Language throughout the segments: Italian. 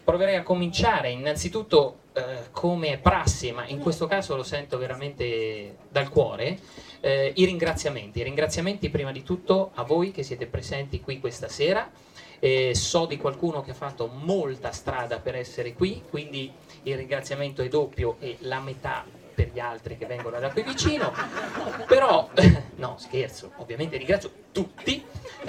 proverei a cominciare innanzitutto come è prassi, ma in questo caso lo sento veramente dal cuore, i ringraziamenti prima di tutto a voi che siete presenti qui questa sera. So di qualcuno che ha fatto molta strada per essere qui, quindi il ringraziamento è doppio e la metà per gli altri che vengono da qui vicino, però no scherzo, ovviamente ringrazio tutti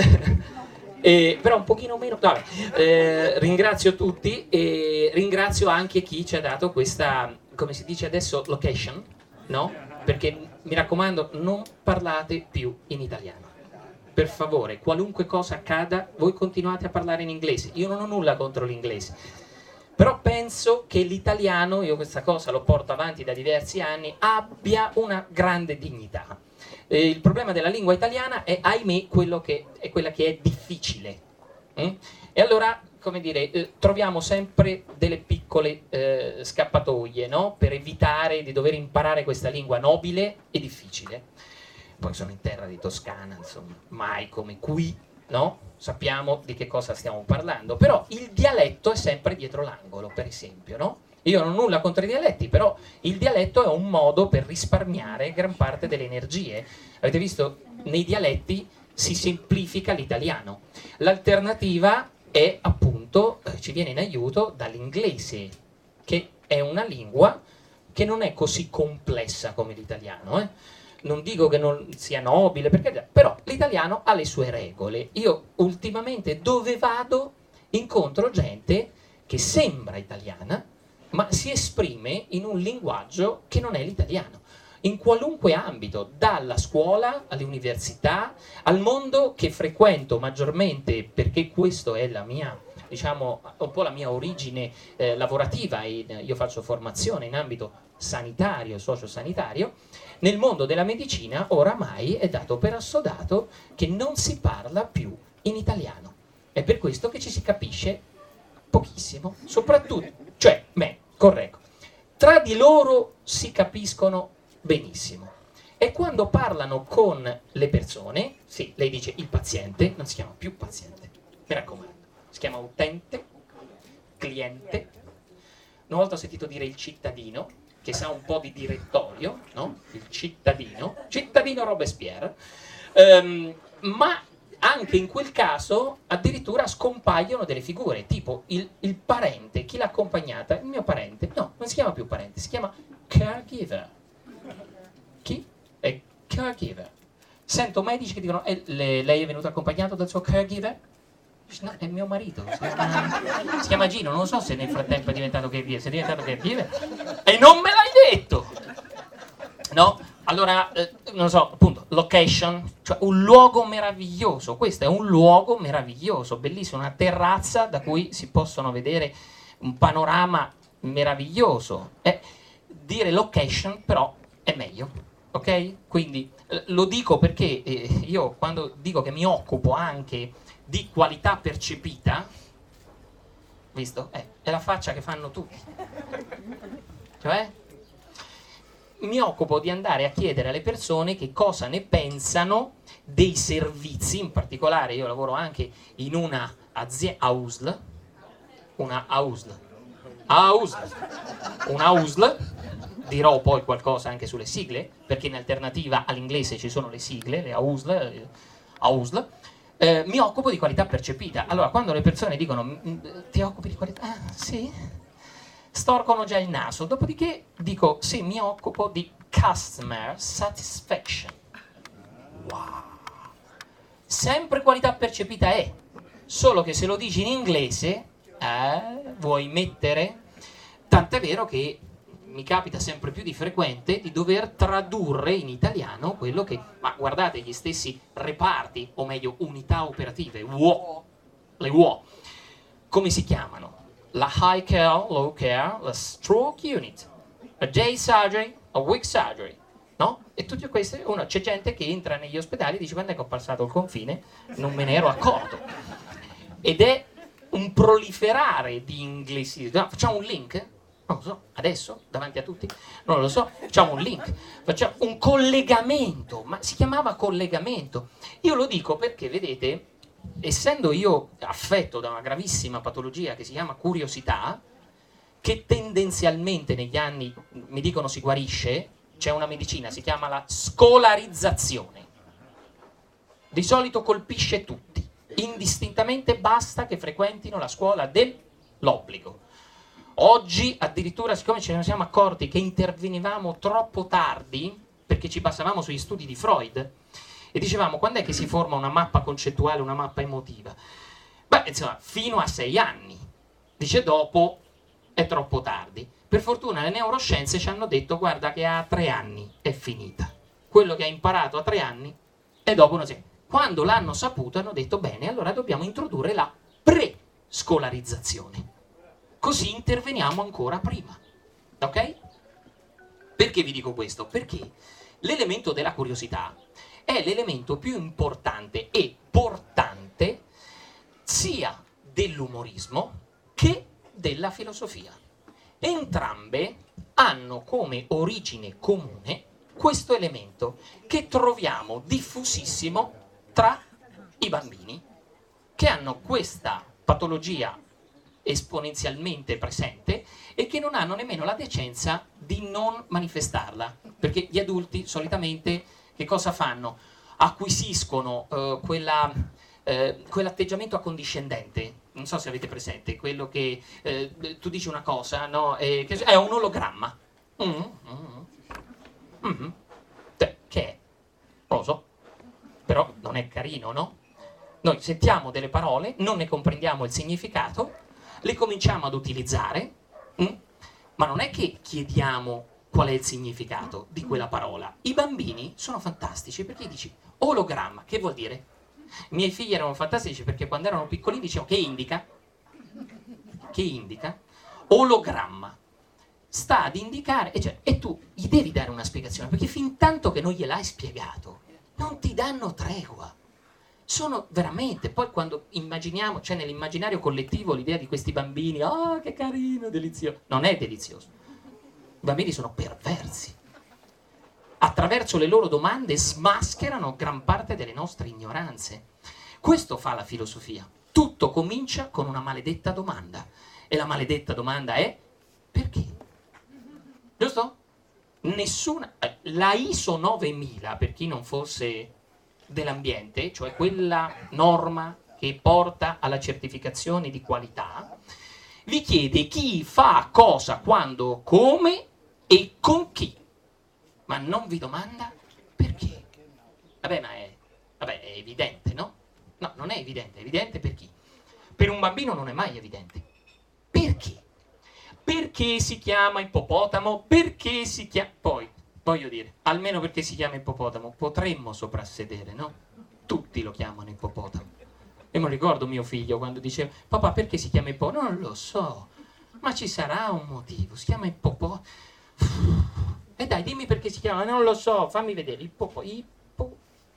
però un pochino meno, vabbè, ringrazio tutti e ringrazio anche chi ci ha dato questa, come si dice adesso, location, no? Perché mi raccomando, non parlate più in italiano. Per favore, qualunque cosa accada, voi continuate a parlare in inglese. Io non ho nulla contro l'inglese, però penso che l'italiano, io questa cosa lo porto avanti da diversi anni, abbia una grande dignità. Il problema della lingua italiana è, ahimè, quella che è difficile. E allora, come dire, troviamo sempre delle piccole scappatoie, no? Per evitare di dover imparare questa lingua nobile e difficile. Poi sono in terra di Toscana, insomma, mai come qui, no? Sappiamo di che cosa stiamo parlando, però il dialetto è sempre dietro l'angolo, per esempio, no? Io non ho nulla contro i dialetti, però il dialetto è un modo per risparmiare gran parte delle energie. Avete visto? Nei dialetti si semplifica l'italiano. L'alternativa è appunto, ci viene in aiuto dall'inglese, che è una lingua che non è così complessa come l'italiano, Non dico che non sia nobile, perché, però l'italiano ha le sue regole. Io ultimamente dove vado incontro gente che sembra italiana, ma si esprime in un linguaggio che non è l'italiano, in qualunque ambito, dalla scuola alle università, al mondo che frequento maggiormente, perché questo è la mia, diciamo, un po' la mia origine lavorativa, io faccio formazione in ambito sanitario, sociosanitario. Nel mondo della medicina oramai è dato per assodato che non si parla più in italiano. È per questo che ci si capisce pochissimo, soprattutto, cioè, corretto, tra di loro si capiscono benissimo. E quando parlano con le persone, sì, lei dice il paziente, non si chiama più paziente, mi raccomando, si chiama utente, cliente. Una volta ho sentito dire il cittadino, che sa un po' di direttorio, no? Il cittadino Robespierre, ma anche in quel caso addirittura scompaiono delle figure, tipo il parente, chi l'ha accompagnata, il mio parente, no, non si chiama più parente, si chiama caregiver. Chi? È caregiver. Sento medici che dicono, lei è venuto accompagnato dal suo caregiver? No, è mio marito, si chiama Gino, non so se nel frattempo è diventato caregiver, se è diventato caregiver e non me l'hai detto, no? Allora, non so, appunto, location, cioè un luogo meraviglioso, questo è un luogo meraviglioso, bellissimo, una terrazza da cui si possono vedere un panorama meraviglioso. Dire location però è meglio, ok? Quindi lo dico perché io quando dico che mi occupo anche di qualità percepita, visto? È la faccia che fanno tutti. Cioè, mi occupo di andare a chiedere alle persone che cosa ne pensano dei servizi, in particolare io lavoro anche in una AUSL, dirò poi qualcosa anche sulle sigle, perché in alternativa all'inglese ci sono le sigle, le AUSL. Mi occupo di qualità percepita. Allora, quando le persone dicono ti occupi di qualità? Sì? Storcono già il naso. Dopodiché dico sì, mi occupo di customer satisfaction. Wow! Sempre qualità percepita è, solo che se lo dici in inglese, vuoi mettere? Tant'è vero che mi capita sempre più di frequente di dover tradurre in italiano quello che, ma guardate, gli stessi reparti, o meglio unità operative, le UO, come si chiamano? La high care, low care, la stroke unit, a day surgery, a week surgery, no? E tutte queste, c'è gente che entra negli ospedali e dice quando è che ho passato il confine, non me ne ero accorto. Ed è un proliferare di inglesismi. No, facciamo un link? Non lo so, adesso, davanti a tutti? Non lo so, facciamo un link, facciamo un collegamento, ma si chiamava collegamento. Io lo dico perché, vedete, essendo io affetto da una gravissima patologia che si chiama curiosità, che tendenzialmente negli anni, mi dicono, si guarisce, c'è una medicina, si chiama la scolarizzazione. Di solito colpisce tutti, indistintamente basta che frequentino la scuola dell'obbligo. Oggi addirittura, siccome ce ne siamo accorti che intervenivamo troppo tardi, perché ci passavamo sugli studi di Freud, e dicevamo quando è che si forma una mappa concettuale, una mappa emotiva? Beh, insomma, fino a 6 anni. Dice dopo è troppo tardi. Per fortuna le neuroscienze ci hanno detto guarda che a 3 anni è finita. Quello che ha imparato a 3 anni e dopo non si... Quando l'hanno saputo hanno detto bene, allora dobbiamo introdurre la pre-scolarizzazione. Così interveniamo ancora prima. Ok? Perché vi dico questo? Perché l'elemento della curiosità è l'elemento più importante e portante sia dell'umorismo che della filosofia. Entrambe hanno come origine comune questo elemento che troviamo diffusissimo tra i bambini che hanno questa patologia esponenzialmente presente e che non hanno nemmeno la decenza di non manifestarla, perché gli adulti solitamente che cosa fanno? Acquisiscono quell'atteggiamento accondiscendente, non so se avete presente, quello che tu dici una cosa, no? Che è un ologramma. Che è? Non lo so, però non è carino, no? Noi sentiamo delle parole, non ne comprendiamo il significato, le cominciamo ad utilizzare, ma non è che chiediamo qual è il significato di quella parola. I bambini sono fantastici perché dici ologramma, che vuol dire? I miei figli erano fantastici perché quando erano piccolini dicevano che indica? Che indica? Ologramma. Sta ad indicare, e tu gli devi dare una spiegazione, perché fin tanto che non gliel'hai spiegato, non ti danno tregua. Sono veramente, poi quando immaginiamo, c'è nell'immaginario collettivo l'idea di questi bambini, oh che carino, delizioso. Non è delizioso. I bambini sono perversi. Attraverso le loro domande smascherano gran parte delle nostre ignoranze. Questo fa la filosofia. Tutto comincia con una maledetta domanda. E la maledetta domanda è perché? Giusto? Nessuna... La ISO 9000, per chi non fosse dell'ambiente, cioè quella norma che porta alla certificazione di qualità, vi chiede chi fa cosa, quando, come e con chi. Ma non vi domanda perché. Vabbè, ma è evidente, no? No, non è evidente per chi? Per un bambino non è mai evidente. Perché? Perché si chiama ippopotamo? Perché si chiama... Poi, voglio dire, almeno perché si chiama ippopotamo, potremmo soprassedere, no? Tutti lo chiamano ippopotamo. E mi ricordo mio figlio quando diceva, papà perché si chiama ippopotamo? Non lo so, ma ci sarà un motivo, si chiama ippopotamo. E dai, dimmi perché si chiama, non lo so, fammi vedere, ippopotamo.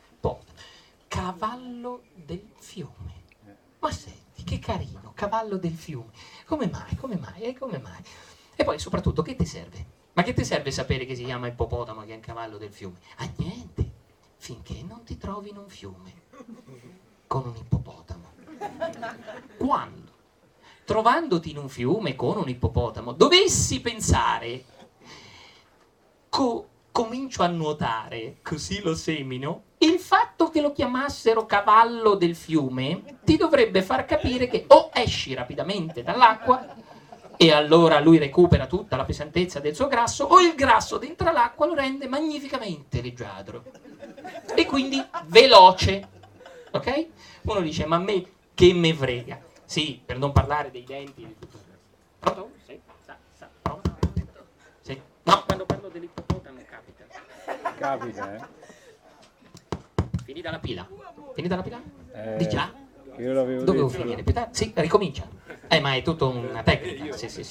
Cavallo del fiume. Ma senti, che carino, cavallo del fiume. Come mai? E poi soprattutto, che ti serve? Ma che ti serve sapere che si chiama ippopotamo, che è un cavallo del fiume? A niente, finché non ti trovi in un fiume con un ippopotamo. Quando, trovandoti in un fiume con un ippopotamo, dovessi pensare, comincio a nuotare, così lo semino, il fatto che lo chiamassero cavallo del fiume ti dovrebbe far capire che o esci rapidamente dall'acqua e allora lui recupera tutta la pesantezza del suo grasso, o il grasso dentro l'acqua lo rende magnificamente leggiadro e quindi veloce, ok? Uno dice, ma a me che me frega? Sì, per non parlare dei denti di tutto. Pronto? Sì, pronto? Sì. No, quando parlo dell'ippopotamo capita. Capita, Finita la pila? Di già? Io l'avevo Dovevo detto. finire più tardi? Sì, ricomincia. Ma è tutta una tecnica. Sì.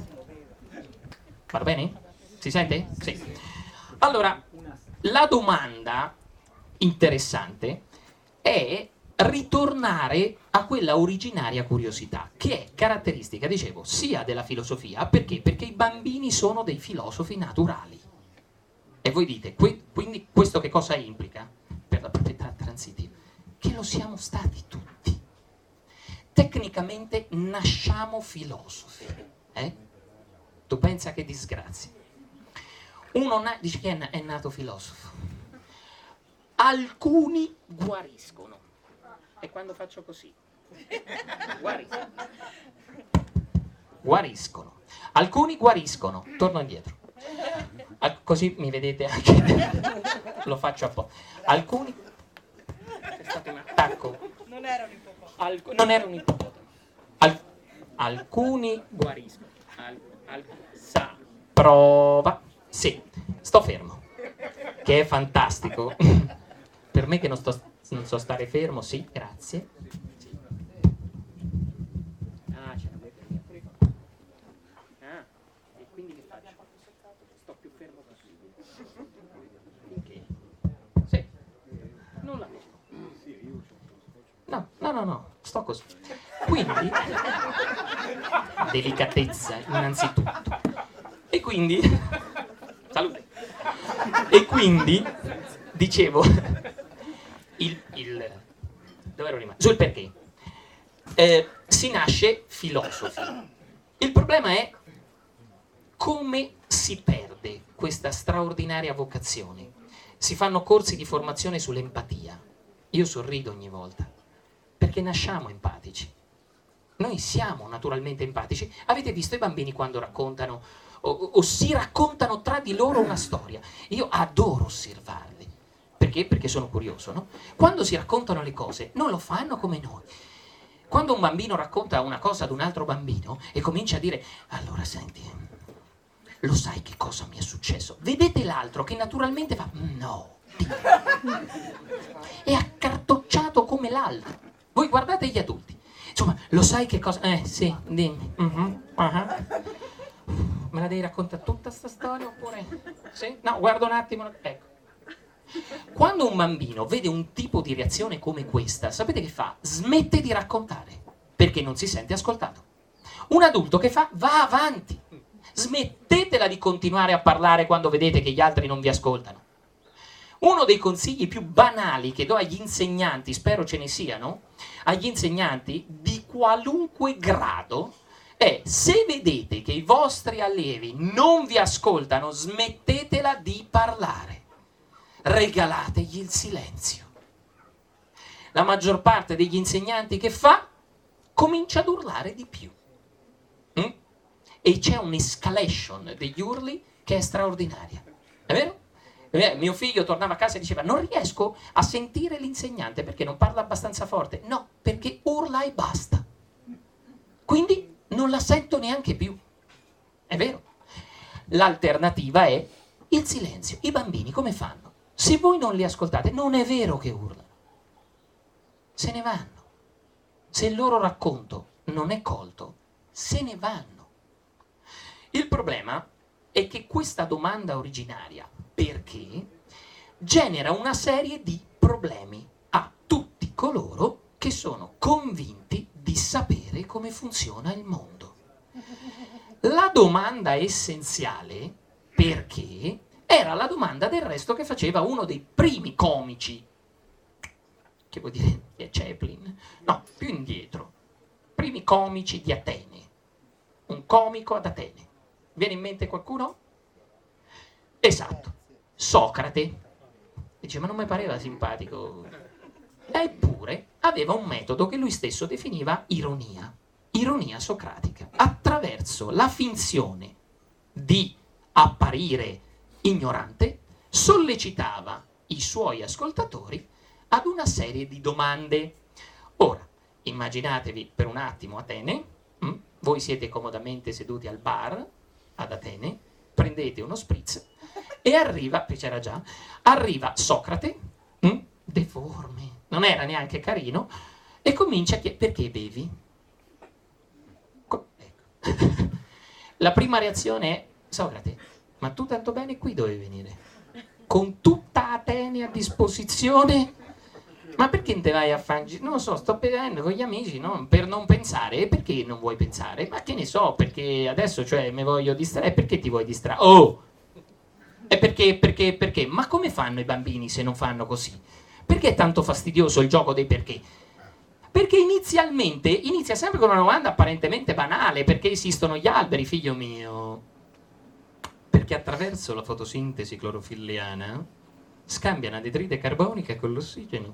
Va bene? Si sente? Sì. Allora, la domanda interessante è ritornare a quella originaria curiosità, che è caratteristica, dicevo, sia della filosofia, perché? Perché i bambini sono dei filosofi naturali. E voi dite, quindi questo che cosa implica? Per la proprietà transitiva, che lo siamo stati tutti. tecnicamente nasciamo filosofi. Tu pensa che disgrazia. Uno dice che è nato filosofo. Alcuni guariscono. E quando faccio così? Guariscono. Alcuni guariscono. Torno indietro. Così mi vedete anche. Lo faccio apposta. Alcuni. C'è stato un attacco. Non era un ippopotamo. Non era un ippopotamo. Alcuni guariscono. Prova. Sì, sto fermo. Che è fantastico. Per me che non so stare fermo, sì, grazie. Sì. Ah, ce l'avete lì. Ah, e quindi che faccio? Sto più fermo possibile. Finché? Sì. Non la vedo. No, sto così. Quindi, delicatezza innanzitutto. E quindi, salute. E quindi, dicevo, dove ero rimasto? Sul perché. Si nasce filosofi. Il problema è come si perde questa straordinaria vocazione. Si fanno corsi di formazione sull'empatia. Io sorrido ogni volta, perché nasciamo empatici. Noi siamo naturalmente empatici. Avete visto i bambini quando raccontano o si raccontano tra di loro una storia? Io adoro osservarli. Perché? Perché sono curioso, no? Quando si raccontano le cose, non lo fanno come noi. Quando un bambino racconta una cosa ad un altro bambino e comincia a dire: allora senti, lo sai che cosa mi è successo? Vedete l'altro che naturalmente fa: no. È accartocciato come l'altro. Voi guardate gli adulti. Insomma, lo sai che cosa... sì, dimmi. Me la devi raccontare tutta sta storia oppure... Sì? No, guarda un attimo. Ecco. Quando un bambino vede un tipo di reazione come questa, sapete che fa? Smette di raccontare, perché non si sente ascoltato. Un adulto che fa? Va avanti. Smettetela di continuare a parlare quando vedete che gli altri non vi ascoltano. Uno dei consigli più banali che do agli insegnanti, spero ce ne siano, agli insegnanti di qualunque grado, è: se vedete che i vostri allievi non vi ascoltano, smettetela di parlare. Regalategli il silenzio. La maggior parte degli insegnanti che fa? Comincia ad urlare di più. E c'è un'escalation degli urli che è straordinaria. È vero? Mio figlio tornava a casa e diceva: non riesco a sentire l'insegnante perché non parla abbastanza forte. No, perché urla e basta. Quindi non la sento neanche più. È vero? L'alternativa è il silenzio. I bambini come fanno? Se voi non li ascoltate, non è vero che urlano. Se ne vanno. Se il loro racconto non è colto, se ne vanno. Il problema è che questa domanda originaria, perché, genera una serie di problemi a tutti coloro che sono convinti di sapere come funziona il mondo. La domanda essenziale, perché, era la domanda del resto che faceva uno dei primi comici, che vuol dire Chaplin, no, più indietro, primi comici di Atene, un comico ad Atene. Viene in mente qualcuno? Esatto, Socrate. Dice: ma non mi pareva simpatico. Eppure aveva un metodo che lui stesso definiva ironia socratica, attraverso la finzione di apparire ignorante, sollecitava i suoi ascoltatori ad una serie di domande. Ora, immaginatevi per un attimo Atene, voi siete comodamente seduti al bar ad Atene, prendete uno spritz e arriva Socrate, deforme, non era neanche carino, e comincia a chiedere: perché bevi? Ecco. La prima reazione è: Socrate, ma tu tanto bene qui dovevi venire, con tutta Atene a disposizione, ma perché non te vai a fare? Non lo so, sto bevendo con gli amici, no? Per non pensare. E perché non vuoi pensare? Ma che ne so, perché adesso, cioè, mi voglio distrarre. E perché ti vuoi distrarre? Oh! E perché? Ma come fanno i bambini se non fanno così? Perché è tanto fastidioso il gioco dei perché? Perché inizialmente inizia sempre con una domanda apparentemente banale: perché esistono gli alberi, figlio mio? Perché attraverso la fotosintesi clorofilliana scambiano anidride carbonica con l'ossigeno.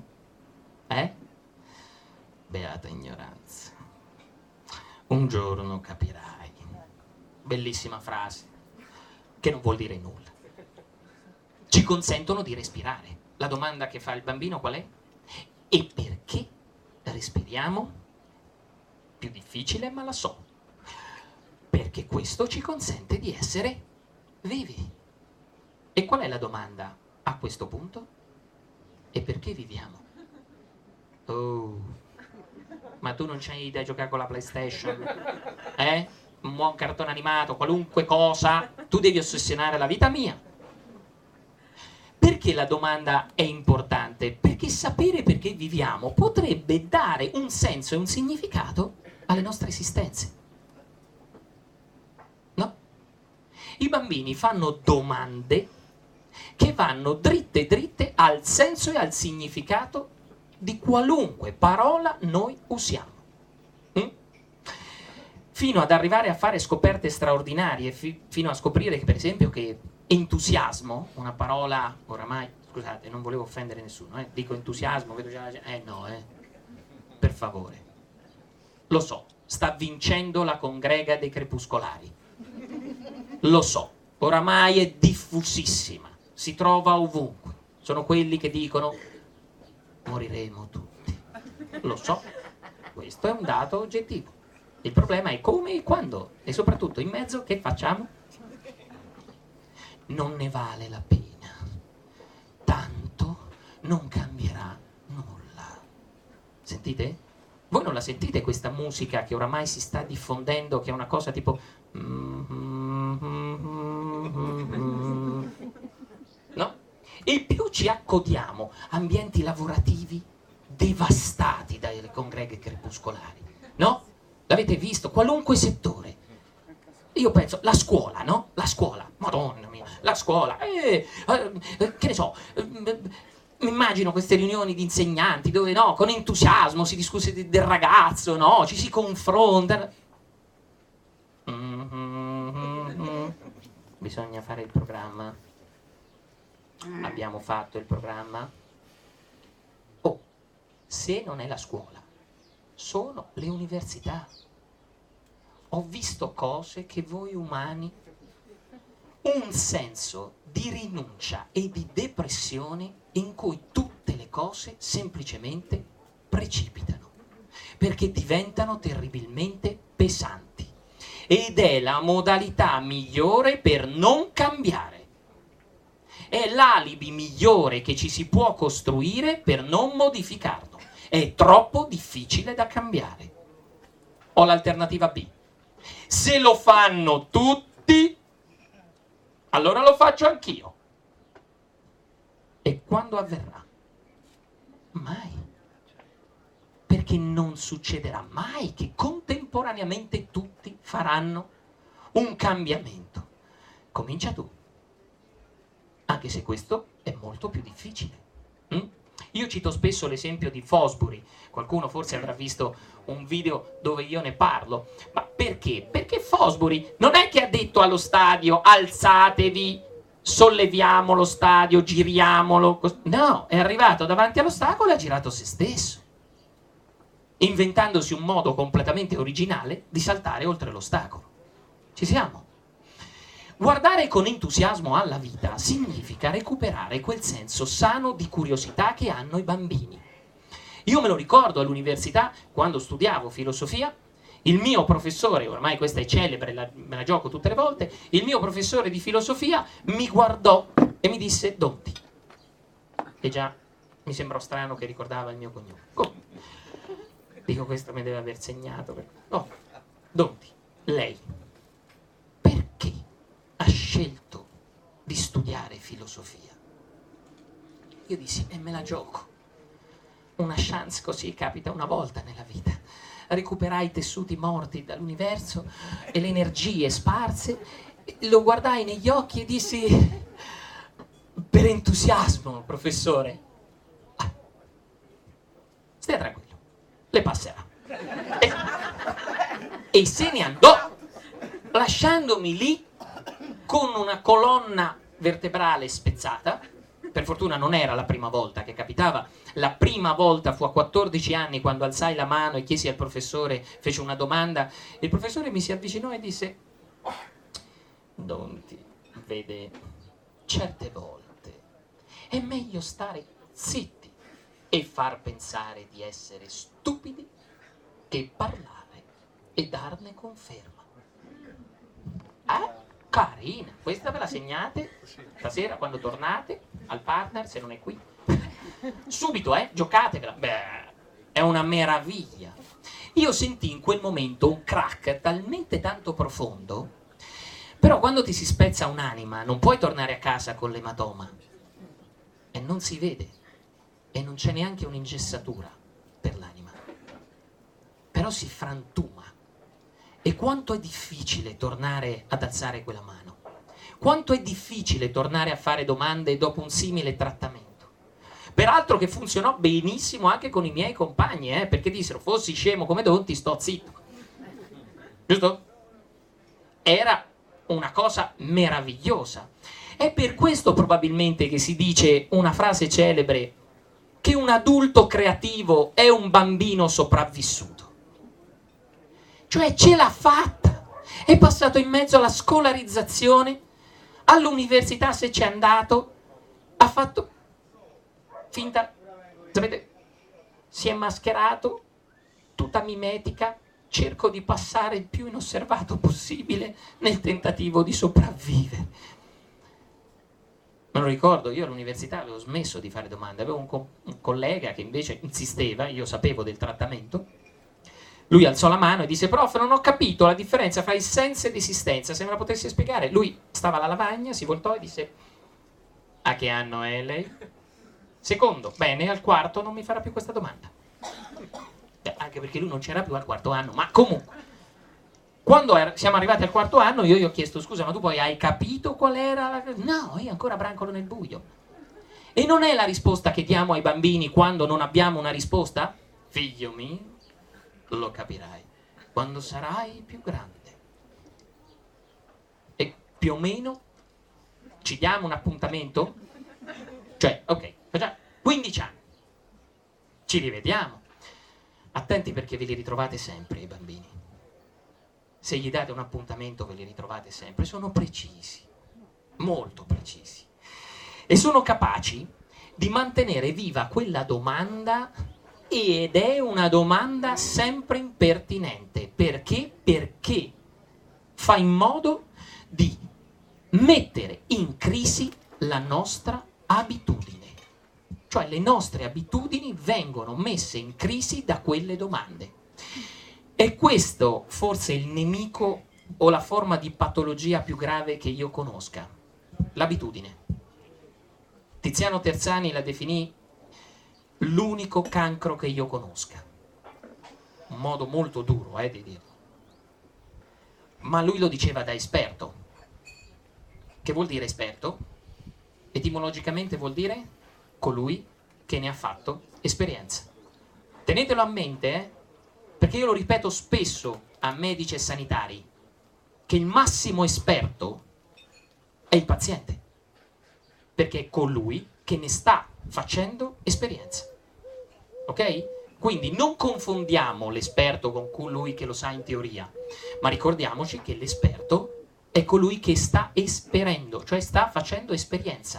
Beata ignoranza. Un giorno capirai. Bellissima frase, che non vuol dire nulla. Ci consentono di respirare. La domanda che fa il bambino qual è? E perché respiriamo? Più difficile, ma la so. Perché questo ci consente di essere vivi. E qual è la domanda a questo punto? E perché viviamo? Oh, ma tu non c'hai da giocare con la PlayStation? Un buon cartone animato, qualunque cosa, tu devi ossessionare la vita mia. Perché la domanda è importante? Perché sapere perché viviamo potrebbe dare un senso e un significato alle nostre esistenze. No? I bambini fanno domande che vanno dritte dritte al senso e al significato di qualunque parola noi usiamo. Fino ad arrivare a fare scoperte straordinarie, fino a scoprire che, per esempio, che entusiasmo, una parola oramai, scusate, non volevo offendere nessuno, dico entusiasmo, vedo già la gente, per favore, lo so, sta vincendo la congrega dei crepuscolari, lo so, oramai è diffusissima, si trova ovunque, sono quelli che dicono moriremo tutti, lo so, questo è un dato oggettivo. Il problema è come e quando, e soprattutto in mezzo che facciamo? Non ne vale la pena, tanto non cambierà nulla. Sentite? Voi non la sentite questa musica che oramai si sta diffondendo, che è una cosa tipo... No? E più ci accodiamo a ambienti lavorativi devastati dalle congreghe crepuscolari, no? L'avete visto? Qualunque settore. Io penso, la scuola, no? La scuola, madonna mia, la scuola, che ne so, mi immagino queste riunioni di insegnanti dove, no, con entusiasmo si discute del ragazzo, no? Ci si confronta. Bisogna fare il programma. Abbiamo fatto il programma. Oh, se non è la scuola, sono le università. Ho visto cose che voi umani, un senso di rinuncia e di depressione in cui tutte le cose semplicemente precipitano, perché diventano terribilmente pesanti. Ed è la modalità migliore per non cambiare. È l'alibi migliore che ci si può costruire per non modificarlo. È troppo difficile da cambiare. Ho l'alternativa B. Se lo fanno tutti, allora lo faccio anch'io. E quando avverrà? Mai. Perché non succederà mai che contemporaneamente tutti faranno un cambiamento. Comincia tu. Anche se questo è molto più difficile. Io cito spesso l'esempio di Fosbury. Qualcuno forse avrà visto un video dove io ne parlo. Ma perché? Perché Fosbury non è che ha detto allo stadio alzatevi, solleviamo lo stadio, giriamolo. No, è arrivato davanti all'ostacolo e ha girato se stesso, inventandosi un modo completamente originale di saltare oltre l'ostacolo. Ci siamo? Guardare con entusiasmo alla vita significa recuperare quel senso sano di curiosità che hanno i bambini. Io me lo ricordo all'università, quando studiavo filosofia, il mio professore, ormai questa è celebre, me la gioco tutte le volte, il mio professore di filosofia mi guardò e mi disse Donti. E già mi sembrò strano che ricordava il mio cognome. Oh. Dico, questo mi deve aver segnato. Oh, Donti, lei, perché ha scelto di studiare filosofia? Io dissi, me la gioco. Una chance così capita una volta nella vita. Recuperai i tessuti morti dall'universo e le energie sparse. Lo guardai negli occhi e dissi, per entusiasmo, professore. Stia tranquillo. le passerà. E se ne andò, lasciandomi lì con una colonna vertebrale spezzata. Per fortuna non era la prima volta che capitava. La prima volta fu a 14 anni, quando alzai la mano e chiesi al professore, fece una domanda. Il professore mi si avvicinò e disse: Donti, vede, certe volte è meglio stare zitti e far pensare di essere stupidi che parlare e darne conferma. Carina, questa ve la segnate stasera quando tornate al partner, se non è qui. Subito, giocatevela. Beh, è una meraviglia. Io sentii in quel momento un crack talmente tanto profondo, però quando ti si spezza un'anima non puoi tornare a casa con l'ematoma e non si vede e non c'è neanche un'ingessatura per l'anima, però si frantuma. E quanto è difficile tornare ad alzare quella mano, quanto è difficile tornare a fare domande dopo un simile trattamento. Peraltro che funzionò benissimo anche con i miei compagni, perché dissero: fossi scemo come Donti, sto zitto. Giusto? Era una cosa meravigliosa. È per questo probabilmente che si dice una frase celebre, che un adulto creativo è un bambino sopravvissuto. Cioè ce l'ha fatta, è passato in mezzo alla scolarizzazione, all'università se c'è andato, ha fatto finta, sapete, si è mascherato, tutta mimetica, cerco di passare il più inosservato possibile nel tentativo di sopravvivere. Me lo ricordo, io all'università avevo smesso di fare domande, avevo un collega che invece insisteva, io sapevo del trattamento. Lui alzò la mano e disse: prof, non ho capito la differenza fra essenza ed esistenza, se me la potessi spiegare. Lui stava alla lavagna, si voltò e disse: a che anno è lei? Secondo. Bene, al quarto non mi farà più questa domanda. Anche perché lui non c'era più al quarto anno, ma comunque. Quando siamo arrivati al quarto anno io gli ho chiesto: scusa, ma tu poi hai capito qual era la... No, io ancora brancolo nel buio. E non è la risposta che diamo ai bambini quando non abbiamo una risposta? Figlio mio, lo capirai quando sarai più grande. E più o meno ci diamo un appuntamento? Cioè, ok, facciamo 15 anni, ci rivediamo. Attenti, perché ve li ritrovate sempre i bambini. Se gli date un appuntamento ve li ritrovate sempre. Sono precisi, molto precisi, e sono capaci di mantenere viva quella domanda. Ed è una domanda sempre impertinente. Perché? Perché fa in modo di mettere in crisi la nostra abitudine. Cioè le nostre abitudini vengono messe in crisi da quelle domande. E questo forse è il nemico o la forma di patologia più grave che io conosca. L'abitudine. Tiziano Terzani la definì l'unico cancro che io conosca. Un modo molto duro di dirlo. Ma lui lo diceva da esperto. Che vuol dire esperto? Etimologicamente vuol dire colui che ne ha fatto esperienza. Tenetelo a mente, perché io lo ripeto spesso a medici e sanitari, che il massimo esperto è il paziente, perché è colui che ne sta facendo esperienza. Ok? Quindi non confondiamo l'esperto con colui che lo sa in teoria, ma ricordiamoci che l'esperto è colui che sta esperendo, cioè sta facendo esperienza.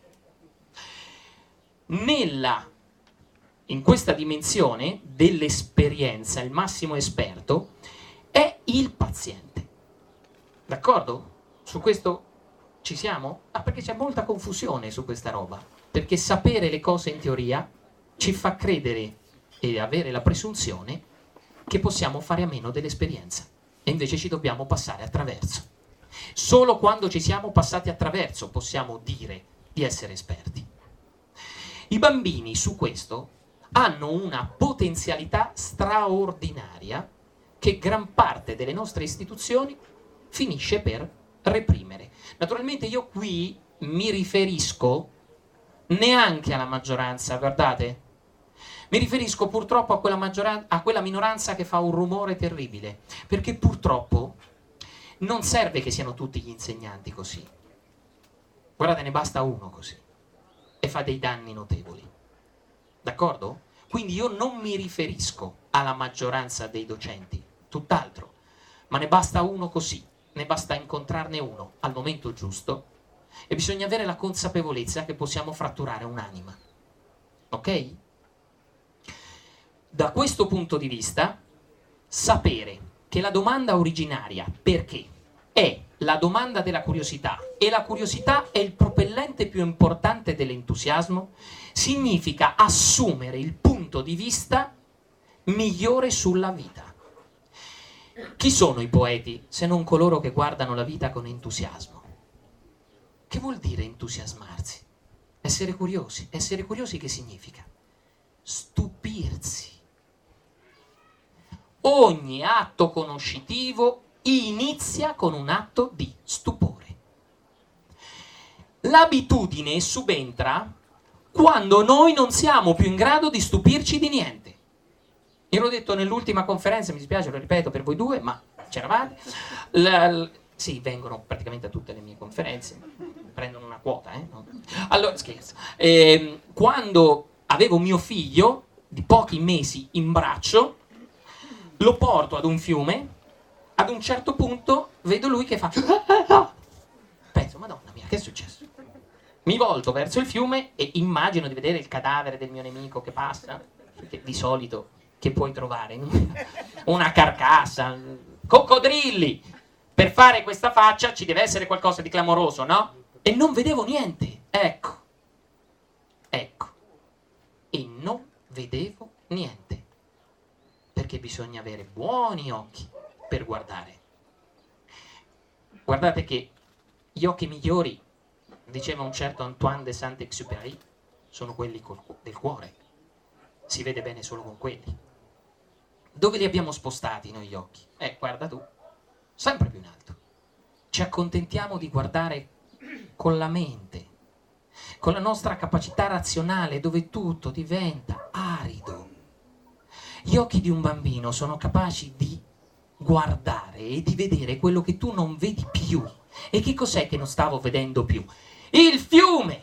In questa dimensione dell'esperienza, il massimo esperto è il paziente. D'accordo? Su questo ci siamo? Perché c'è molta confusione su questa roba. Perché sapere le cose in teoria ci fa credere e avere la presunzione che possiamo fare a meno dell'esperienza. E invece ci dobbiamo passare attraverso. Solo quando ci siamo passati attraverso possiamo dire di essere esperti. I bambini su questo hanno una potenzialità straordinaria che gran parte delle nostre istituzioni finisce per reprimere. Naturalmente io qui mi riferisco neanche alla maggioranza, guardate, Mi riferisco purtroppo a quella minoranza che fa un rumore terribile, perché purtroppo non serve che siano tutti gli insegnanti così. Guardate, ne basta uno così e fa dei danni notevoli. D'accordo? Quindi io non mi riferisco alla maggioranza dei docenti, tutt'altro, ma ne basta uno così, ne basta incontrarne uno al momento giusto e bisogna avere la consapevolezza che possiamo fratturare un'anima. Ok? Da questo punto di vista, sapere che la domanda originaria, perché, è la domanda della curiosità e la curiosità è il propellente più importante dell'entusiasmo, significa assumere il punto di vista migliore sulla vita. Chi sono i poeti se non coloro che guardano la vita con entusiasmo? Che vuol dire entusiasmarsi? Essere curiosi. Essere curiosi che significa? Stupirsi. Ogni atto conoscitivo inizia con un atto di stupore. L'abitudine subentra quando noi non siamo più in grado di stupirci di niente. Io l'ho detto nell'ultima conferenza, mi dispiace, lo ripeto per voi due, ma c'eravate. Sì, vengono praticamente a tutte le mie conferenze, prendono una quota, no? Allora, scherzo. Quando avevo mio figlio, di pochi mesi in braccio, lo porto ad un fiume, ad un certo punto vedo lui che fa... Penso, Madonna mia, che è successo? Mi volto verso il fiume e immagino di vedere il cadavere del mio nemico che passa, perché di solito che puoi trovare? Una carcassa, coccodrilli. Per fare questa faccia ci deve essere qualcosa di clamoroso, no? E non vedevo niente, ecco. E non vedevo niente. Perché bisogna avere buoni occhi per guardare. Guardate che gli occhi migliori, diceva un certo Antoine de Saint-Exupéry, sono quelli del cuore. Si vede bene solo con quelli. Dove li abbiamo spostati noi gli occhi? Guarda tu, sempre più in alto. Ci accontentiamo di guardare con la mente, con la nostra capacità razionale, dove tutto diventa arido. Gli occhi di un bambino sono capaci di guardare e di vedere quello che tu non vedi più. E che cos'è che non stavo vedendo più? Il fiume!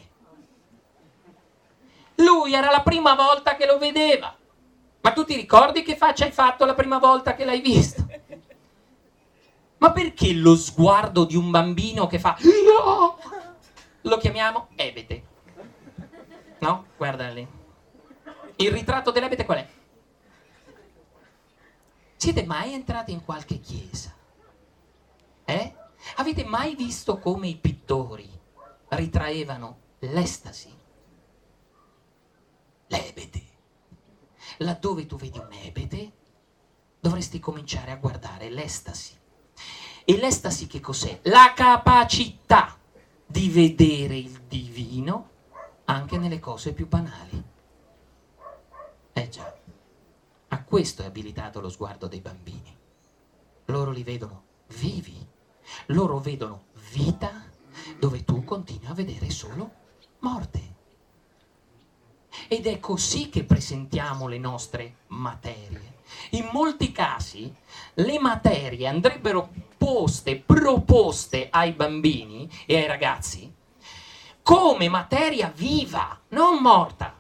Lui era la prima volta che lo vedeva. Ma tu ti ricordi che faccia hai fatto la prima volta che l'hai visto? Ma perché lo sguardo di un bambino che fa... Lo chiamiamo ebete. No? Guarda lì. Il ritratto dell'ebete qual è? Siete mai entrati in qualche chiesa? Avete mai visto come i pittori ritraevano l'estasi? L'ebete. Laddove tu vedi un ebete, dovresti cominciare a guardare l'estasi. E l'estasi che cos'è? La capacità di vedere il divino anche nelle cose più banali. Già, a questo è abilitato lo sguardo dei bambini. Loro li vedono vivi, loro vedono vita dove tu continui a vedere solo morte. Ed è così che presentiamo le nostre materie. In molti casi le materie andrebbero proposte ai bambini e ai ragazzi come materia viva, non morta.